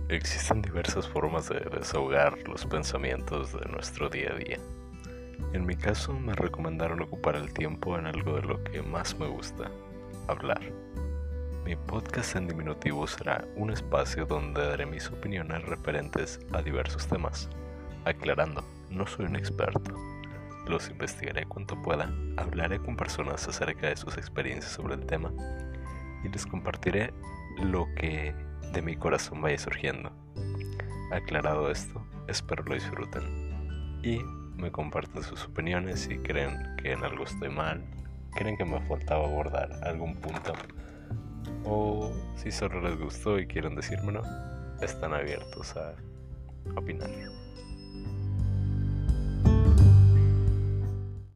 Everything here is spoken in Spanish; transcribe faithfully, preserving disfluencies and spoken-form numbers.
Existen diversas formas de desahogar los pensamientos de nuestro día a día. En mi caso, me recomendaron ocupar el tiempo en algo de lo que más me gusta, hablar. Mi podcast en diminutivo será un espacio donde daré mis opiniones referentes a diversos temas. Aclarando, no soy un experto. Los investigaré cuanto pueda, hablaré con personas acerca de sus experiencias sobre el tema y les compartiré lo que de mi corazón vaya surgiendo. Aclarado esto, espero lo disfruten y me compartan sus opiniones si creen que en algo estoy mal, creen que me faltaba abordar algún punto, o si solo les gustó y quieren decírmelo, están abiertos a opinar.